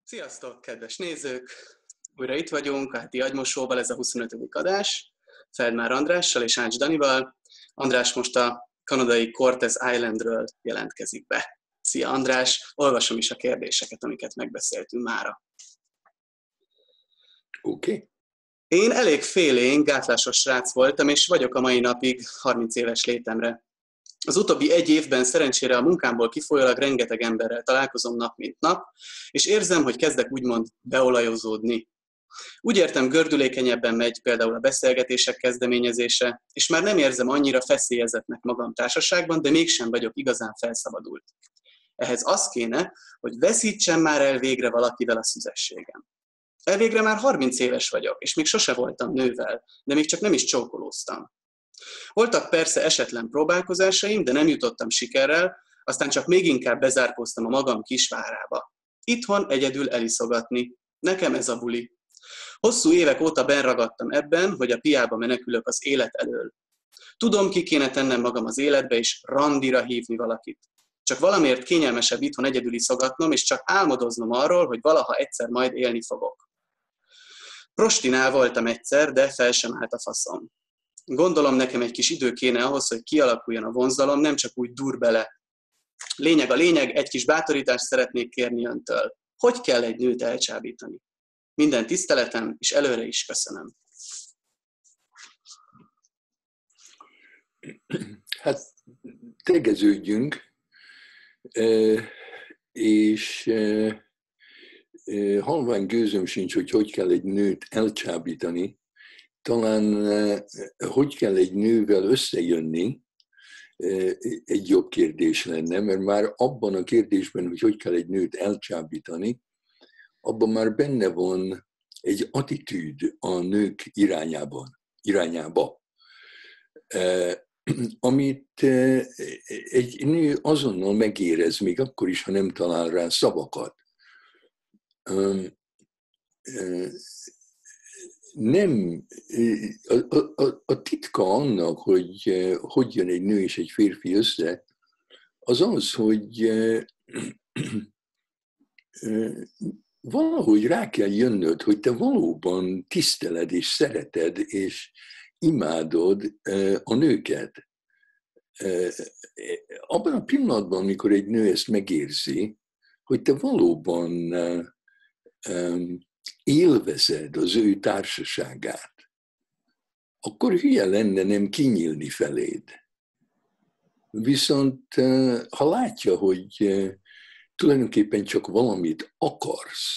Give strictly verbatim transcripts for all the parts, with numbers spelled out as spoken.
Sziasztok, kedves nézők! Újra itt vagyunk a heti agymosóval, ez a huszonötödik adás. Feldmár Andrással és Ács Danival. András most a kanadai Cortes Islandről jelentkezik be. Szia András, olvasom is a kérdéseket, amiket megbeszéltünk mára. Oké. Okay. Én elég félénk, gátlásos srác voltam, és vagyok a mai napig harminc éves létemre. Az utóbbi egy évben szerencsére a munkámból kifolyólag rengeteg emberrel találkozom nap mint nap, és érzem, hogy kezdek úgymond beolajozódni. Úgy értem, gördülékenyebben megy például a beszélgetések kezdeményezése, és már nem érzem annyira feszélyezettnek magam társaságban, de mégsem vagyok igazán felszabadult. Ehhez az kéne, hogy veszítsem már el végre valakivel a szüzességem. Elvégre már harminc éves vagyok, és még sose voltam nővel, de még csak nem is csókolóztam. Voltak persze esetlen próbálkozásaim, de nem jutottam sikerrel, aztán csak még inkább bezárkóztam a magam kis várába. Itthon egyedül eliszogatni. Nekem ez a buli. Hosszú évek óta benragadtam ebben, hogy a piába menekülök az élet elől. Tudom, ki kéne tennem magam az életbe, és randira hívni valakit. Csak valamiért kényelmesebb itthon egyedül iszogatnom, és csak álmodoznom arról, hogy valaha egyszer majd élni fogok. Prostinál voltam egyszer, de fel sem állt a faszom. Gondolom, nekem egy kis idő kéne ahhoz, hogy kialakuljon a vonzalom, nem csak úgy dur bele. Lényeg a lényeg, egy kis bátorítást szeretnék kérni öntől. Hogy kell egy nőt elcsábítani? Minden tiszteletem, és előre is köszönöm. Hát tegeződjünk, és halvány gőzöm sincs, hogy hogy kell egy nőt elcsábítani. Talán hogy kell egy nővel összejönni, egy jobb kérdés lenne, mert már abban a kérdésben, hogy hogy kell egy nőt elcsábítani, abban már benne van egy attitűd a nők irányában, irányába, amit egy nő azonnal megérez, még akkor is, ha nem talál rá szavakat. Nem, a, a, a titka annak, hogy hogy jön egy nő és egy férfi össze, az az, hogy valahogy rá kell jönnöd, hogy te valóban tiszteled és szereted és imádod a nőket. Abban a pillanatban, amikor egy nő ezt megérzi, hogy te valóban élvezed az ő társaságát, akkor hülye lenne nem kinyílni feléd. Viszont ha látja, hogy tulajdonképpen csak valamit akarsz,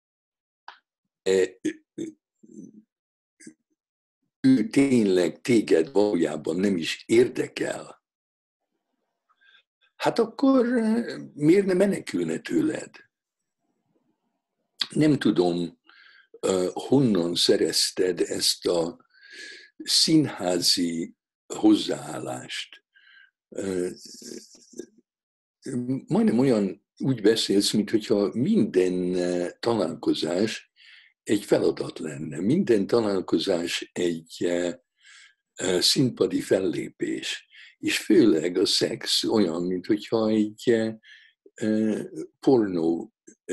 ő tényleg téged valójában nem is érdekel, hát akkor miért ne menekülne tőled? Nem tudom, honnan szerezted ezt a színházi hozzáállást. Majdnem olyan úgy beszélsz, mintha minden találkozás egy feladat lenne. Minden találkozás egy színpadi fellépés. És főleg a szex olyan, mintha egy pornó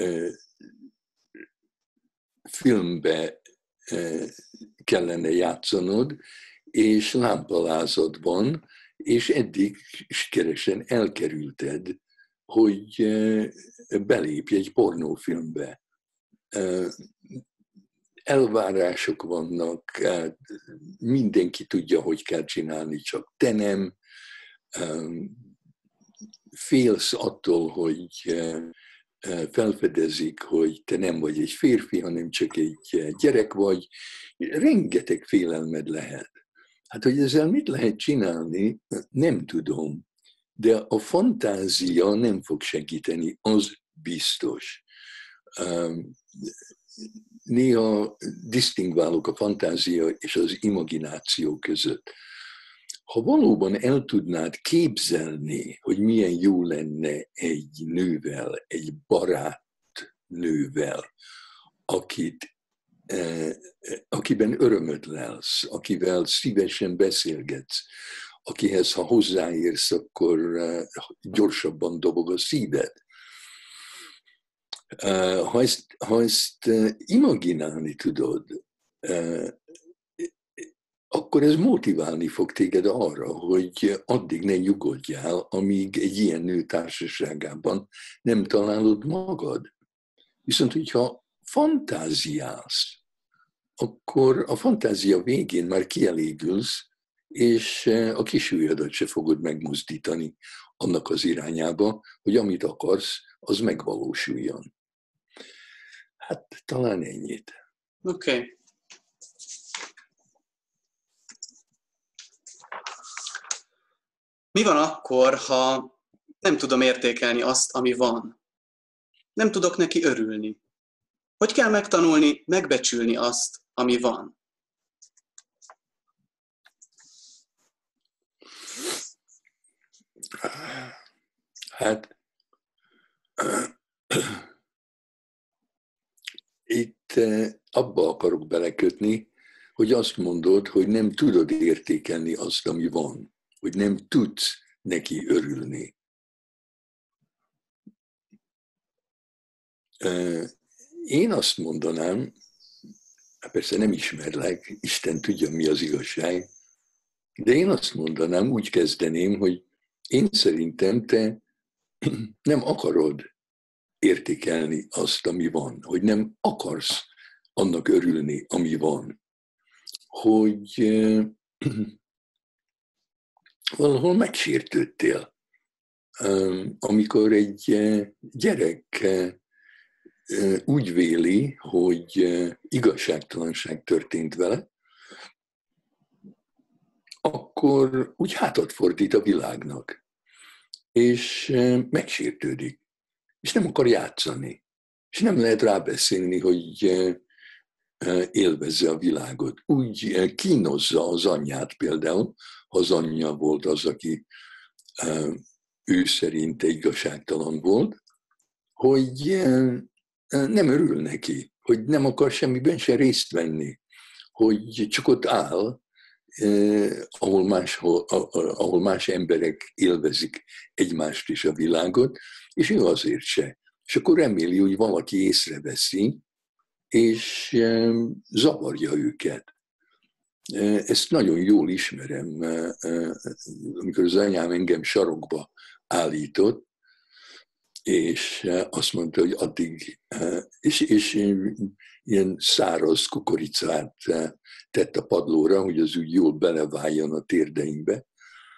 filmbe kellene játszanod, és lámpalázatban, és eddig sikeresen elkerülted, hogy belépj egy pornófilmbe. Elvárások vannak, mindenki tudja, hogy kell csinálni, csak te nem. Félsz attól, hogy felfedezik, hogy te nem vagy egy férfi, hanem csak egy gyerek vagy. Rengeteg félelmed lehet. Hát, hogy ezzel mit lehet csinálni, nem tudom. De a fantázia nem fog segíteni, az biztos. Néha disztingválok a fantázia és az imagináció között. Ha valóban el tudnád képzelni, hogy milyen jó lenne egy nővel, egy barát nővel, akit, eh, akiben örömöt lelsz, akivel szívesen beszélgetsz, akihez, ha hozzáérsz, akkor eh, gyorsabban dobog a szíved. Ha ezt, ha ezt imaginálni tudod, akkor ez motiválni fog téged arra, hogy addig ne nyugodjál, amíg egy ilyen nő társaságában nem találod magad. Viszont, hogyha fantáziálsz, akkor a fantázia végén már kielégülsz, és a kisujjadat se fogod megmozdítani annak az irányába, hogy amit akarsz, az megvalósuljon. Hát talán ennyit. Oké. Okay. Mi van akkor, ha nem tudom értékelni azt, ami van? Nem tudok neki örülni. Hogy kell megtanulni, megbecsülni azt, ami van? Hát itt abba akarok belekötni, hogy azt mondod, hogy nem tudod értékelni azt, ami van. Hogy nem tudsz neki örülni. Én azt mondanám, persze nem ismerlek, Isten tudja, mi az igazság, de én azt mondanám, úgy kezdeném, hogy én szerintem te nem akarod értékelni azt, ami van, hogy nem akarsz annak örülni, ami van, hogy valahol megsértődtél. Amikor egy gyerek úgy véli, hogy igazságtalanság történt vele, akkor úgy hátat fordít a világnak, és megsértődik, és nem akar játszani, és nem lehet rábeszélni, hogy élvezze a világot. Úgy kínozza az anyját például, ha az anyja volt az, aki ő szerint igazságtalan volt, hogy nem örül neki, hogy nem akar semmiben se részt venni, hogy csak ott áll, ahol, máshol, ahol más emberek élvezik egymást és a világot, és ő azért se. És akkor reméli, hogy valaki észreveszi, és zavarja őket. Ezt nagyon jól ismerem, amikor az anyám engem sarokba állított, és azt mondta, hogy addig, és, és ilyen száraz kukoricát tett a padlóra, hogy az úgy jól beleváljon a térdeimbe.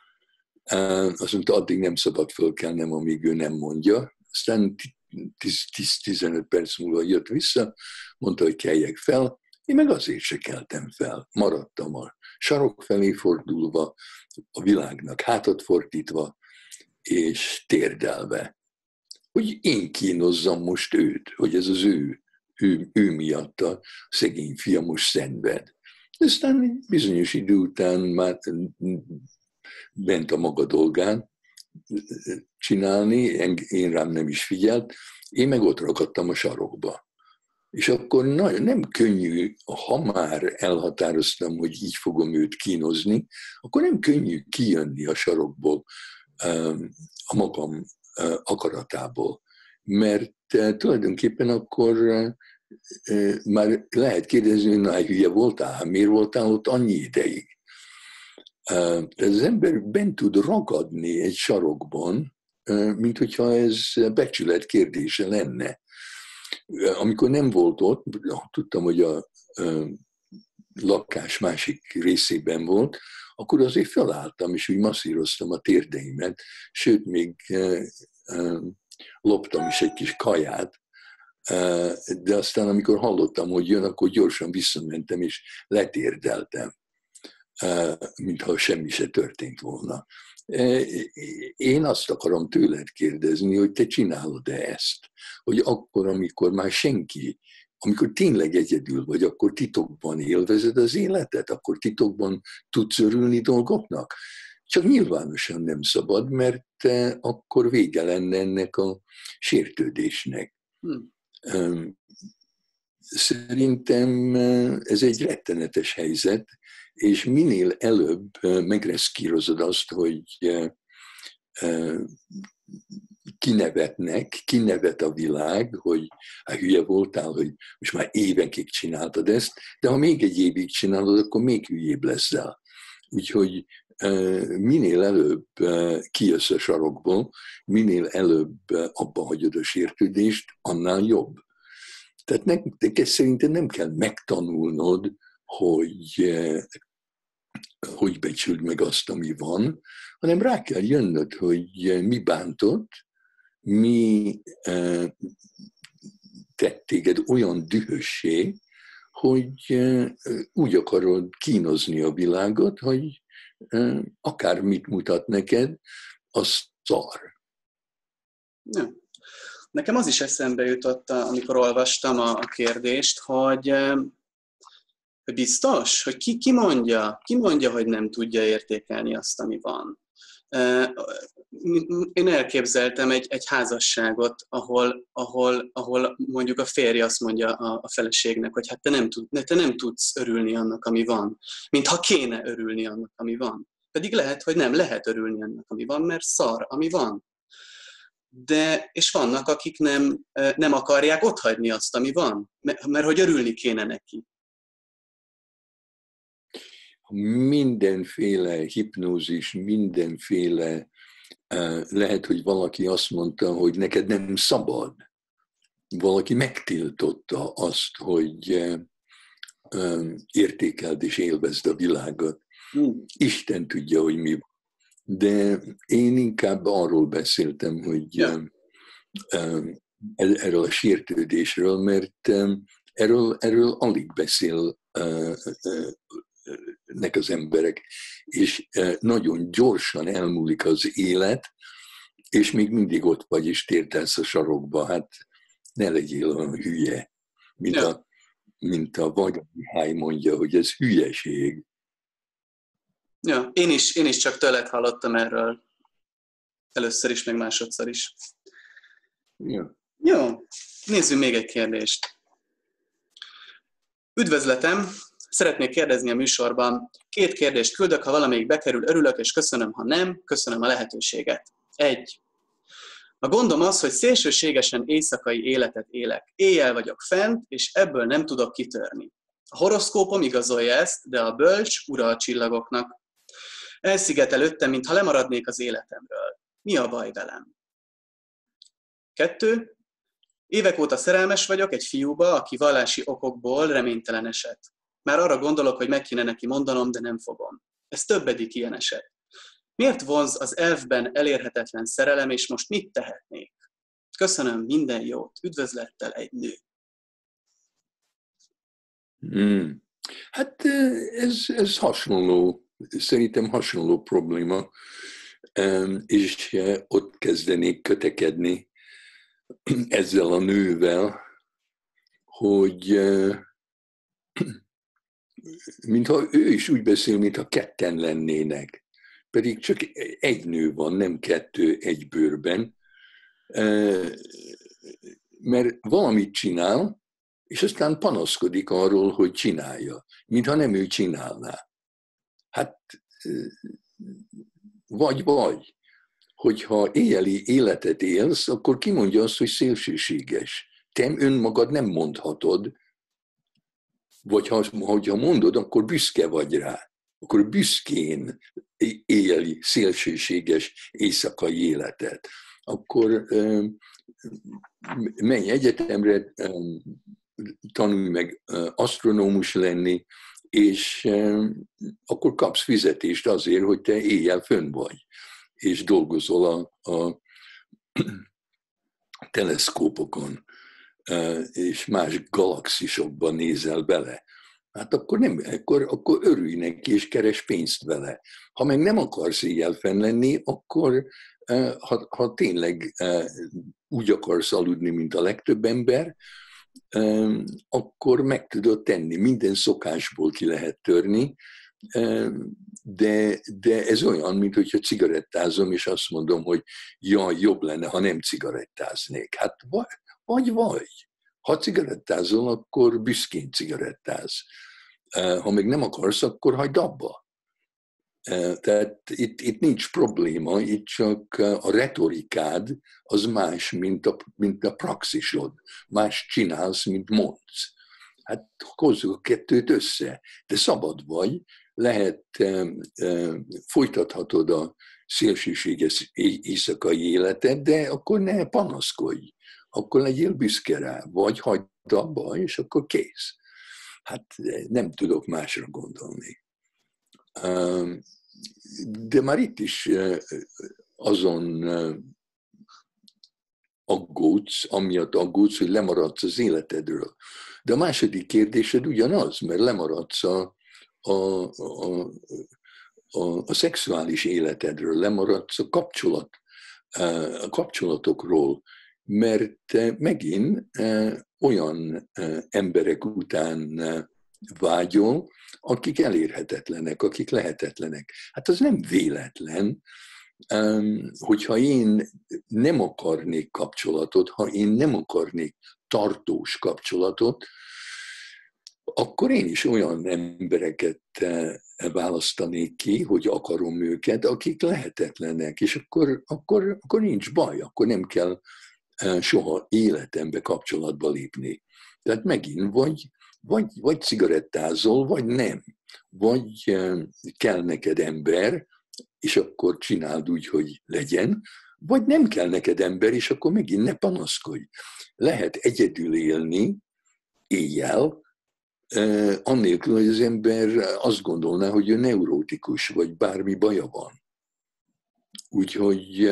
Azt mondta, addig nem szabad fölkelnem, amíg ő nem mondja. Aztán tíz-tizenöt perc múlva jött vissza, mondta, hogy keljek fel, én meg azért se keltem fel. Maradtam a sarok felé fordulva, a világnak hátat fordítva, és térdelve. Hogy én kínozzam most őt, hogy ez az ő, ő, ő miatt a szegény fia most szenved. Aztán bizonyos idő után már ment a maga dolgán csinálni, én rám nem is figyelt, én meg ott rakadtam a sarokba. És akkor na, nem könnyű, ha már elhatároztam, hogy így fogom őt kínozni, akkor nem könnyű kijönni a sarokból a magam akaratából. Mert tulajdonképpen akkor már lehet kérdezni, hogy na, hülye voltál, miért voltál ott annyi ideig? De az ember bent tud ragadni egy sarokban, mint hogyha ez becsület kérdése lenne. Amikor nem volt ott, tudtam, hogy a lakás másik részében volt, akkor azért felálltam, és úgy masszíroztam a térdeimet, sőt, még loptam is egy kis kaját, de aztán, amikor hallottam, hogy jön, akkor gyorsan visszamentem, és letérdeltem, mintha semmi se történt volna. Én azt akarom tőled kérdezni, hogy te csinálod-e ezt? Hogy akkor, amikor már senki, amikor tényleg egyedül vagy, akkor titokban élvezed az életet, akkor titokban tudsz örülni dolgoknak? Csak nyilvánosan nem szabad, mert akkor vége lenne ennek a sértődésnek. Hmm. Szerintem ez egy rettenetes helyzet, és minél előbb megreszkírozod azt, hogy kinevetnek, kinevet a világ, hogy hát hülye voltál, hogy most már évekig csináltad ezt, de ha még egy évig csinálod, akkor még hülyébb leszel. Úgyhogy minél előbb kijössz a sarokból, minél előbb abba hagyod a sértődést, annál jobb. Tehát neked szerintem nem kell megtanulnod, hogy, hogy becsüld meg azt, ami van, hanem rá kell jönnöd, hogy mi bántott, mi tett téged olyan dühössé, hogy úgy akarod kínozni a világot, hogy akármit mutat neked, az szar. Ja. Nekem az is eszembe jutott, amikor olvastam a kérdést, hogy biztos, hogy ki, ki mondja, ki mondja, hogy nem tudja értékelni azt, ami van. Én elképzeltem egy, egy házasságot, ahol, ahol, ahol mondjuk a férj azt mondja a, a feleségnek, hogy hát te nem, tud, te nem tudsz örülni annak, ami van, mintha kéne örülni annak, ami van. Pedig lehet, hogy nem lehet örülni annak, ami van, mert szar, ami van. De, és vannak, akik nem, nem akarják otthagyni azt, ami van, mert, mert hogy örülni kéne neki. Mindenféle hipnózis, mindenféle, lehet, hogy valaki azt mondta, hogy neked nem szabad. Valaki megtiltotta azt, hogy értékeld és élvezd a világot. Hmm. Isten tudja, hogy mi van. De én inkább arról beszéltem, hogy yeah. erről a sértődésről, mert erről, erről alig beszél nek az emberek, és nagyon gyorsan elmúlik az élet, és még mindig ott vagy, és térdelsz a sarokba. Hát ne legyél olyan hülye, mint ja. a, mint a Vajda Mihály mondja, hogy ez hülyeség. Ja, én is, én is csak tőled hallottam erről. Először is, meg másodszor is. Ja. Jó, nézzünk még egy kérdést. Üdvözletem! Szeretnék kérdezni a műsorban. Két kérdést küldök, ha valamelyik bekerül, örülök, és köszönöm, ha nem, köszönöm a lehetőséget. Egy. A gondom az, hogy szélsőségesen éjszakai életet élek. Éjjel vagyok fent, és ebből nem tudok kitörni. A horoszkópom igazolja ezt, de a bölcs ura a csillagoknak. Elszigetel előttem, mintha lemaradnék az életemről. Mi a baj velem? Kettő. Évek óta szerelmes vagyok egy fiúba, aki vallási okokból reménytelen eset. Már arra gondolok, hogy meg kéne neki mondanom, de nem fogom. Ez többedik ilyen eset. Miért vonz az elfben elérhetetlen szerelem, és most mit tehetnék? Köszönöm, minden jót. Üdvözlettel, egy nő. Hmm. Hát ez, ez hasonló, szerintem hasonló probléma, és ott kezdenék kötekedni ezzel a nővel, hogy mintha ő is úgy beszél, mintha ketten lennének. Pedig csak egy nő van, nem kettő egy bőrben. Mert valamit csinál, és aztán panaszkodik arról, hogy csinálja. Mintha nem ő csinálná. Hát, vagy vagy. Hogyha éjjeli életet élsz, akkor ki mondja azt, hogy szélsőséges. Te önmagad nem mondhatod, vagy ha, ha mondod, akkor büszke vagy rá. Akkor büszkén éjjeli szélsőséges éjszakai életet. Akkor menj egyetemre, tanulj meg asztronómus lenni, és akkor kapsz fizetést azért, hogy te éjjel fönn vagy, és dolgozol a, a teleszkópokon, és más galaxisokban nézel bele. Hát akkor, nem, akkor, akkor örülj neki, és keres pénzt vele. Ha meg nem akarsz éjjel fenn lenni, akkor ha, ha tényleg úgy akarsz aludni, mint a legtöbb ember, akkor meg tudod tenni. Minden szokásból ki lehet törni, de, de ez olyan, mint hogyha cigarettázom, és azt mondom, hogy jaj, jobb lenne, ha nem cigarettáznék. Hát vagy, vagy vagy. Ha cigarettázol, akkor büszkén cigarettáz. Ha meg nem akarsz, akkor hagyd abba. Tehát itt, itt nincs probléma, itt csak a retorikád az más, mint a, mint a praxisod. Más csinálsz, mint mondsz. Hát hozzuk a kettőt össze. De szabad vagy, lehet, folytathatod a szélsőséges éjszakai életed, de akkor ne panaszkodj. Akkor legyél büszke rá, vagy hagyd abba, és akkor kész. Hát nem tudok másra gondolni. De már itt is azon aggódsz, amiatt aggódsz, hogy lemaradsz az életedről. De a második kérdésed ugyanaz, mert lemaradsz a, a, a, a, a szexuális életedről, lemaradsz a, kapcsolat, a kapcsolatokról, mert megint olyan emberek után vágyol, akik elérhetetlenek, akik lehetetlenek. Hát az nem véletlen, hogyha én nem akarnék kapcsolatot, ha én nem akarnék tartós kapcsolatot, akkor én is olyan embereket választanék ki, hogy akarom őket, akik lehetetlenek, és akkor, akkor, akkor nincs baj, akkor nem kell soha életembe kapcsolatba lépni. Tehát megint vagy, vagy, vagy cigarettázol, vagy nem. Vagy kell neked ember, és akkor csináld úgy, hogy legyen, vagy nem kell neked ember, és akkor megint ne panaszkodj. Lehet egyedül élni éjjel, annélkül, hogy az ember azt gondolná, hogy ő neurótikus, vagy bármi baja van. Úgyhogy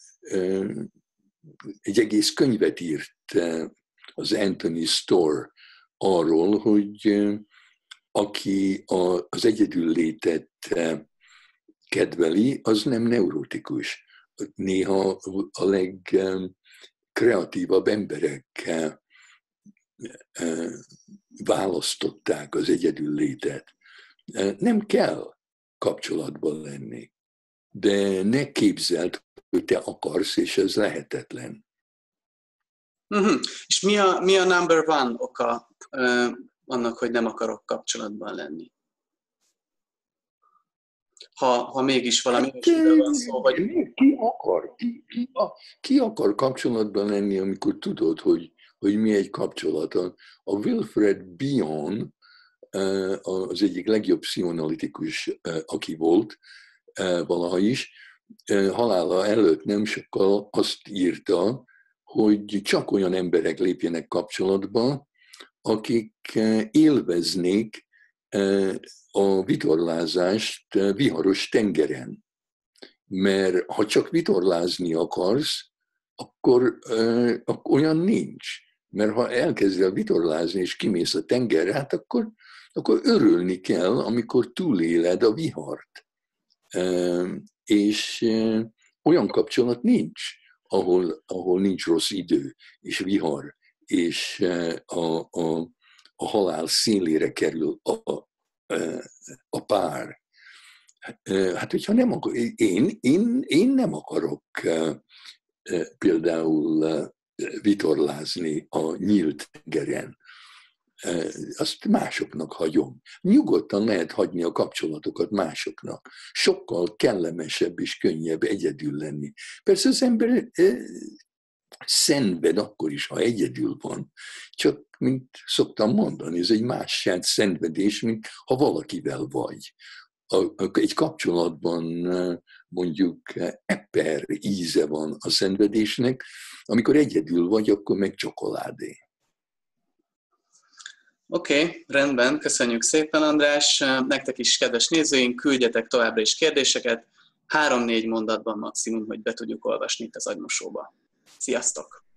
egy egész könyvet írt az Anthony Storr arról, hogy aki az egyedüllétet kedveli, az nem neurotikus. Néha a legkreatívabb emberek választották az egyedüllétet. Nem kell kapcsolatban lenni, de ne képzeld, hogy te akarsz, és ez lehetetlen. Uh-huh. És mi a, mi a number one oka uh, annak, hogy nem akarok kapcsolatban lenni? Ha, ha mégis valami hát, van szó, hogy... Ki akar, ki, ki, ki akar kapcsolatban lenni, amikor tudod, hogy, hogy mi egy kapcsolat? A Wilfred Bion, az egyik legjobb pszichoanalitikus, aki volt valaha is, halála előtt nem sokkal azt írta, hogy csak olyan emberek lépjenek kapcsolatba, akik élveznék a vitorlázást viharos tengeren. Mert ha csak vitorlázni akarsz, akkor, akkor olyan nincs. Mert ha elkezdesz vitorlázni és kimész a tengerre, hát akkor, akkor örülni kell, amikor túléled a vihart. És olyan kapcsolat nincs, ahol, ahol nincs rossz idő és vihar, és a, a, a halál szélére kerül a, a, a pár. Hát, hogyha nem akar, én, én, én nem akarok például vitorlázni a nyílt tengeren. Azt másoknak hagyom. Nyugodtan lehet hagyni a kapcsolatokat másoknak. Sokkal kellemesebb és könnyebb egyedül lenni. Persze az ember szenved akkor is, ha egyedül van. Csak, mint szoktam mondani, ez egy más szenvedés, mint ha valakivel vagy. Egy kapcsolatban mondjuk eper íze van a szenvedésnek, amikor egyedül vagy, akkor meg csokoládé. Oké, okay, rendben, köszönjük szépen, András. Nektek is, kedves nézőink, küldjetek továbbra is kérdéseket, három-négy mondatban maximum, hogy be tudjuk olvasni itt az agymosóba. Sziasztok!